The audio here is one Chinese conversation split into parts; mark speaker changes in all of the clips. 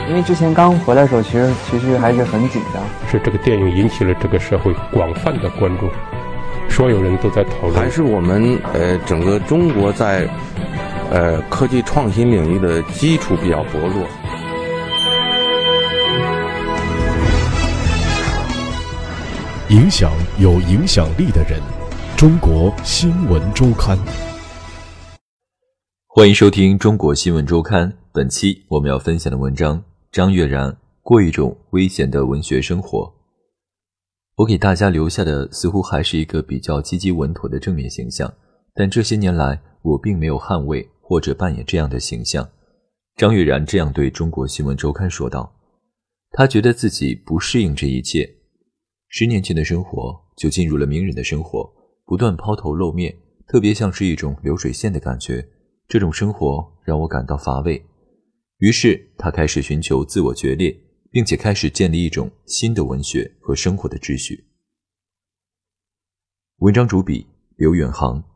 Speaker 1: 因为之前刚回来的时候，其实还是很紧张。
Speaker 2: 是这个电影引起了这个社会广泛的关注，所有人都在讨论。
Speaker 3: 还是我们整个中国在科技创新领域的基础比较薄弱。
Speaker 4: 影响有影响力的人，中国新闻周刊。
Speaker 5: 欢迎收听中国新闻周刊，本期我们要分享的文章，张悦然，过一种危险的文学生活。我给大家留下的似乎还是一个比较积极稳妥的正面形象，但这些年来我并没有捍卫或者扮演这样的形象。张悦然这样对中国新闻周刊说道，他觉得自己不适应这一切，10年前的生活就进入了名人的生活，不断抛头露面，特别像是一种流水线的感觉，这种生活让我感到乏味。于是他开始寻求自我决裂，并且开始建立一种新的文学和生活的秩序。文章主笔刘远航。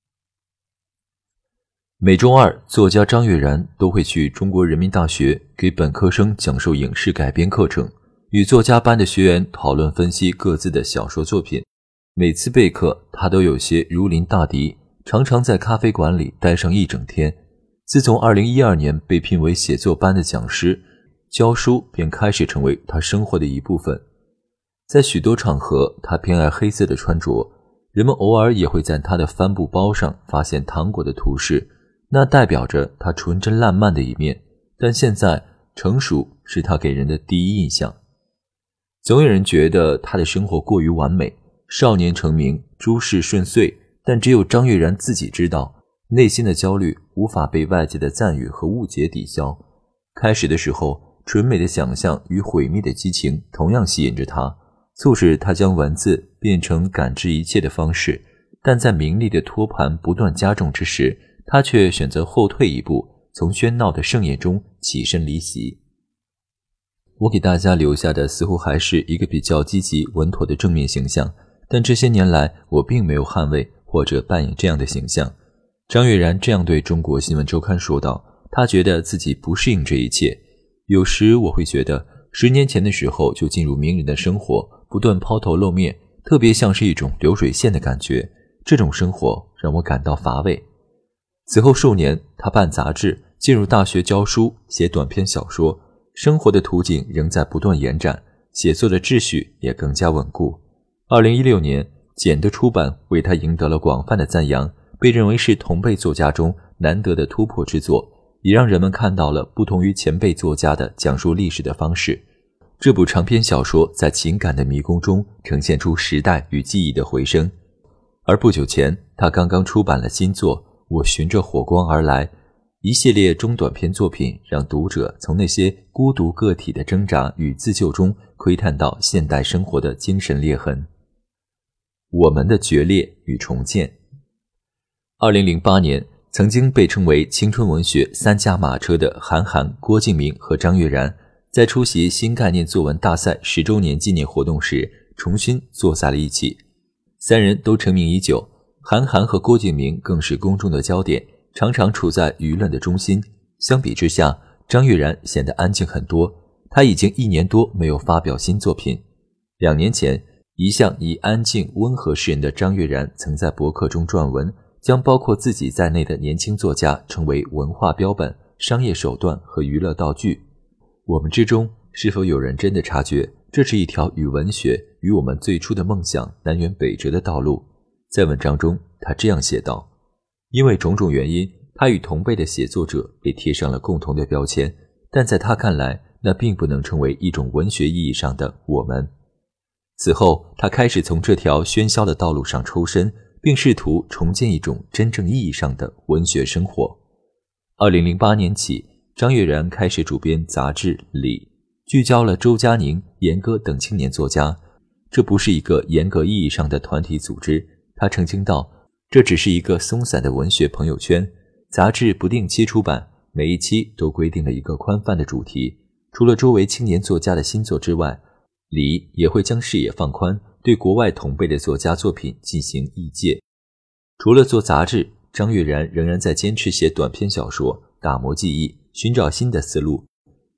Speaker 5: 每周二，作家张悦然都会去中国人民大学给本科生讲授影视改编课程，与作家班的学员讨论分析各自的小说作品。每次备课他都有些如临大敌，常常在咖啡馆里待上一整天。自从2012年被聘为写作班的讲师，教书便开始成为他生活的一部分。在许多场合，他偏爱黑色的穿着，人们偶尔也会在他的帆布包上发现糖果的图示，那代表着他纯真烂漫的一面。但现在，成熟是他给人的第一印象。总有人觉得他的生活过于完美，少年成名，诸事顺遂，但只有张悦然自己知道，内心的焦虑无法被外界的赞誉和误解抵消。开始的时候，纯美的想象与毁灭的激情同样吸引着他，促使他将文字变成感知一切的方式。但在名利的托盘不断加重之时，他却选择后退一步，从喧闹的盛宴中起身离席。我给大家留下的似乎还是一个比较积极稳妥的正面形象，但这些年来我并没有捍卫或者扮演这样的形象。张悦然这样对中国新闻周刊说道，他觉得自己不适应这一切。有时我会觉得10年前的时候就进入名人的生活，不断抛头露面，特别像是一种流水线的感觉，这种生活让我感到乏味。此后数年，他办杂志，进入大学教书，写短篇小说，生活的途径仍在不断延展，写作的秩序也更加稳固。2016年，简的出版为他赢得了广泛的赞扬，被认为是同辈作家中难得的突破之作，也让人们看到了不同于前辈作家的讲述历史的方式。这部长篇小说在情感的迷宫中呈现出时代与记忆的回声。而不久前，他刚刚出版了新作《我循着火光而来》，一系列中短篇作品让读者从那些孤独个体的挣扎与自救中窥探到现代生活的精神裂痕。我们的决裂与重建。2008年，曾经被称为青春文学3驾马车的韩寒、郭敬明和张悦然，在出席新概念作文大赛10周年纪念活动时，重新坐在了一起。3人都成名已久，韩寒和郭敬明更是公众的焦点，常常处在舆论的中心。相比之下，张悦然显得安静很多，他已经1年多没有发表新作品。2年前，一向以安静温和示人的张悦然曾在博客中撰文，将包括自己在内的年轻作家称为文化标本、商业手段和娱乐道具。我们之中是否有人真的察觉，这是一条与文学与我们最初的梦想南辕北辙的道路？在文章中，他这样写道，因为种种原因，他与同辈的写作者被贴上了共同的标签，但在他看来，那并不能成为一种文学意义上的我们。此后，他开始从这条喧嚣的道路上抽身，并试图重建一种真正意义上的文学生活。2008年起，张悦然开始主编杂志《里》，聚焦了周佳宁、严歌等青年作家。这不是一个严格意义上的团体组织，他澄清道，这只是一个松散的文学朋友圈。杂志不定期出版，每一期都规定了一个宽泛的主题。除了周围青年作家的新作之外，里也会将视野放宽，对国外同辈的作家作品进行译介。除了做杂志，张悦然仍然在坚持写短篇小说，打磨技艺，寻找新的思路。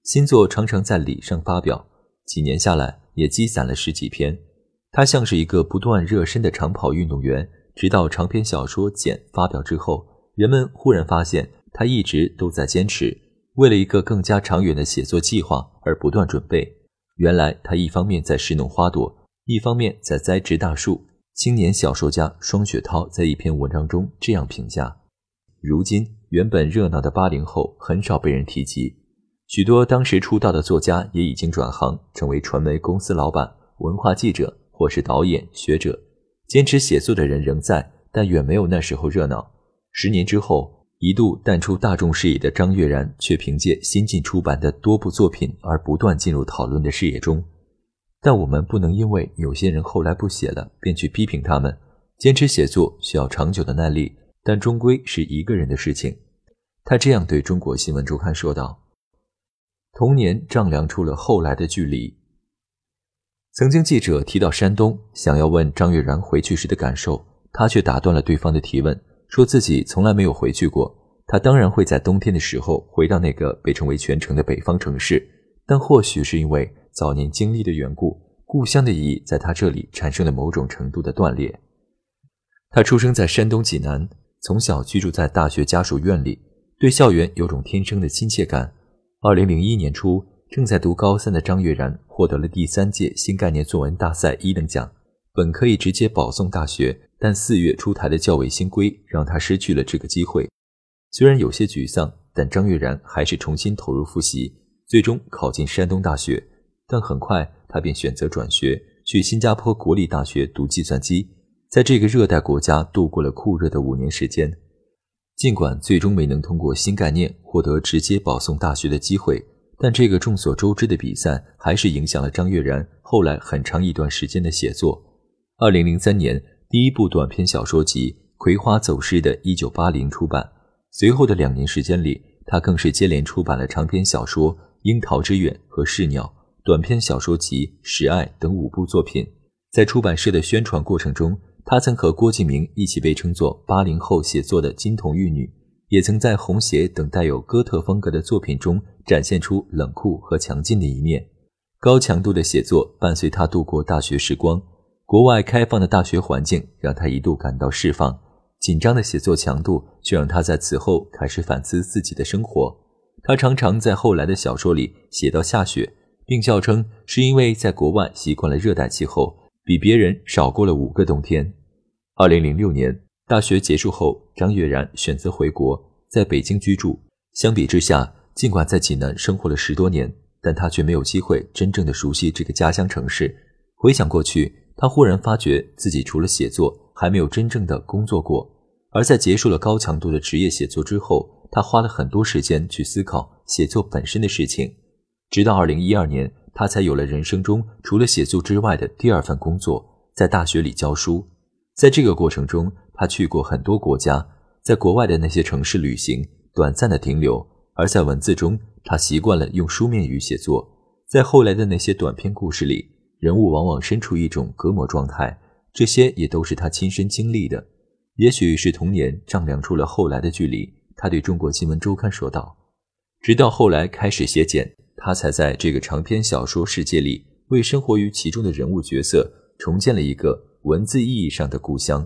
Speaker 5: 新作常常在礼上发表，几年下来也积攒了10几篇。他像是一个不断热身的长跑运动员，直到长篇小说《简》发表之后，人们忽然发现他一直都在坚持，为了一个更加长远的写作计划而不断准备。原来他一方面在侍弄花朵，一方面在栽植大树。青年小说家双雪涛在一篇文章中这样评价：如今原本热闹的80后很少被人提及，许多当时出道的作家也已经转行，成为传媒公司老板、文化记者或是导演、学者。坚持写作的人仍在，但远没有那时候热闹。10年之后，一度淡出大众视野的张悦然却凭借新近出版的多部作品而不断进入讨论的视野中。但我们不能因为有些人后来不写了便去批评他们。坚持写作需要长久的耐力，但终归是一个人的事情。他这样对中国新闻周刊说道。童年丈量出了后来的距离。曾经记者提到山东，想要问张悦然回去时的感受，他却打断了对方的提问，说自己从来没有回去过。他当然会在冬天的时候回到那个被称为泉城的北方城市，但或许是因为早年经历的缘故，故乡的意义在他这里产生了某种程度的断裂。他出生在山东济南，从小居住在大学家属院里，对校园有种天生的亲切感。2001年初，正在读高3的张悦然获得了第3届新概念作文大赛1等奖，本可以直接保送大学，但4月出台的教委新规让他失去了这个机会。虽然有些沮丧，但张悦然还是重新投入复习，最终考进山东大学。但很快他便选择转学，去新加坡国立大学读计算机，在这个热带国家度过了酷热的5年时间。尽管最终没能通过新概念获得直接保送大学的机会，但这个众所周知的比赛还是影响了张悦然后来很长一段时间的写作。2003年第一部短篇小说集《葵花走失》的1980出版，随后的2年时间里，他更是接连出版了长篇小说《樱桃之远》和《是鸟》，短篇小说集《识爱》等5部作品。在出版社的宣传过程中，他曾和郭敬明一起被称作80后写作的金童玉女，也曾在《红鞋》等带有哥特风格的作品中展现出冷酷和强劲的一面。高强度的写作伴随他度过大学时光，国外开放的大学环境让他一度感到释放，紧张的写作强度却让他在此后开始反思自己的生活。他常常在后来的小说里写到下雪，并笑称是因为在国外习惯了热带气候，比别人少过了5个冬天。2006年大学结束后，张悦然选择回国，在北京居住。相比之下，尽管在济南生活了10多年，但他却没有机会真正的熟悉这个家乡城市。回想过去，他忽然发觉自己除了写作还没有真正的工作过。而在结束了高强度的职业写作之后，他花了很多时间去思考写作本身的事情。直到2012年，他才有了人生中除了写作之外的第2份工作，在大学里教书。在这个过程中，他去过很多国家，在国外的那些城市旅行，短暂的停留，而在文字中，他习惯了用书面语写作。在后来的那些短篇故事里，人物往往身处一种隔膜状态，这些也都是他亲身经历的。也许是童年丈量出了后来的距离，他对中国新闻周刊说道。直到后来开始写简，他才在这个长篇小说世界里，为生活于其中的人物角色重建了一个文字意义上的故乡。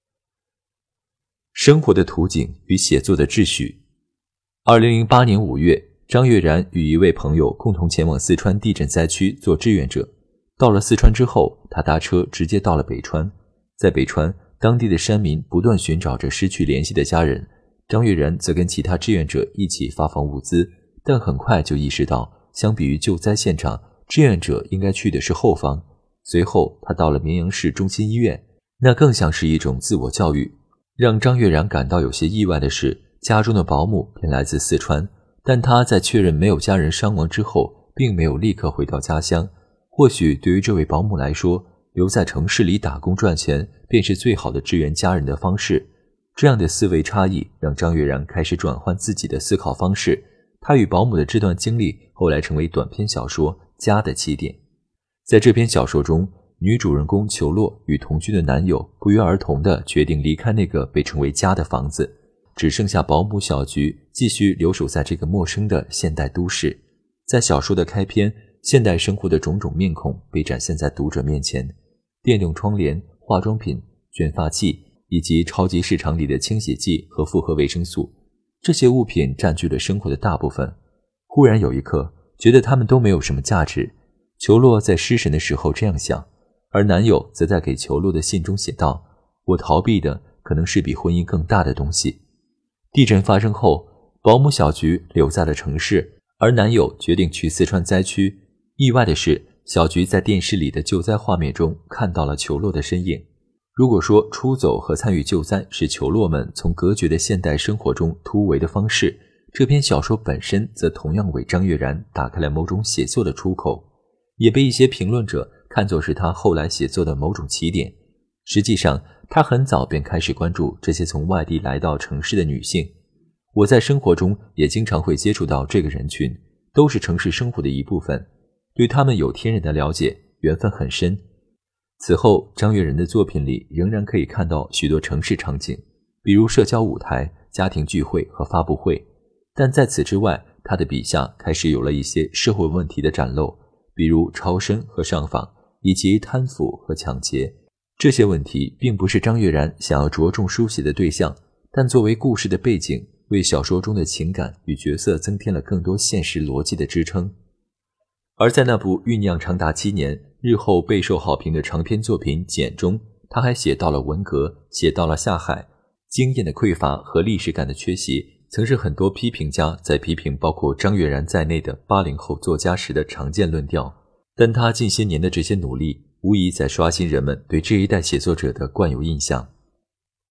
Speaker 5: 生活的图景与写作的秩序。2008年5月，张悦然与一位朋友共同前往四川地震灾区做志愿者。到了四川之后，他搭车直接到了北川。在北川，当地的山民不断寻找着失去联系的家人，张悦然则跟其他志愿者一起发放物资，但很快就意识到，相比于救灾现场，志愿者应该去的是后方。随后他到了绵阳市中心医院，那更像是一种自我教育。让张悦然感到有些意外的是，家中的保姆便来自四川，但他在确认没有家人伤亡之后，并没有立刻回到家乡。或许对于这位保姆来说，留在城市里打工赚钱便是最好的支援家人的方式。这样的思维差异让张悦然开始转换自己的思考方式。他与保姆的这段经历后来成为短篇小说《家》的起点。在这篇小说中，女主人公裘洛与同居的男友不约而同地决定离开那个被称为家的房子，只剩下保姆小菊继续留守在这个陌生的现代都市。 在小说的开篇，现代生活的种种面孔被展现在读者面前，电动窗帘、化妆品、卷发器以及超级市场里的清洗剂和复合维生素，这些物品占据了生活的大部分。忽然有一刻，觉得它们都没有什么价值。裘洛在失神的时候这样想，而男友则在给裘洛的信中写道：我逃避的可能是比婚姻更大的东西。地震发生后，保姆小菊留在了城市，而男友决定去四川灾区。意外的是，小菊在电视里的救灾画面中看到了裘洛的身影。如果说出走和参与救灾是裘洛们从隔绝的现代生活中突围的方式，这篇小说本身则同样为张悦然打开了某种写作的出口，也被一些评论者看作是他后来写作的某种起点。实际上，他很早便开始关注这些从外地来到城市的女性。我在生活中也经常会接触到这个人群，都是城市生活的一部分，对他们有天然的了解，缘分很深。此后，张悦然的作品里仍然可以看到许多城市场景，比如社交舞台、家庭聚会和发布会。但在此之外，他的笔下开始有了一些社会问题的展露，比如超生和上访，以及贪腐和抢劫。这些问题并不是张悦然想要着重书写的对象，但作为故事的背景，为小说中的情感与角色增添了更多现实逻辑的支撑。而在那部酝酿长达7年、日后备受好评的长篇作品《简》中，他还写到了文革，写到了下海。经验的匮乏和历史感的缺席，曾是很多批评家在批评包括张悦然在内的80后作家时的常见论调。但他近些年的这些努力，无疑在刷新人们对这一代写作者的惯有印象。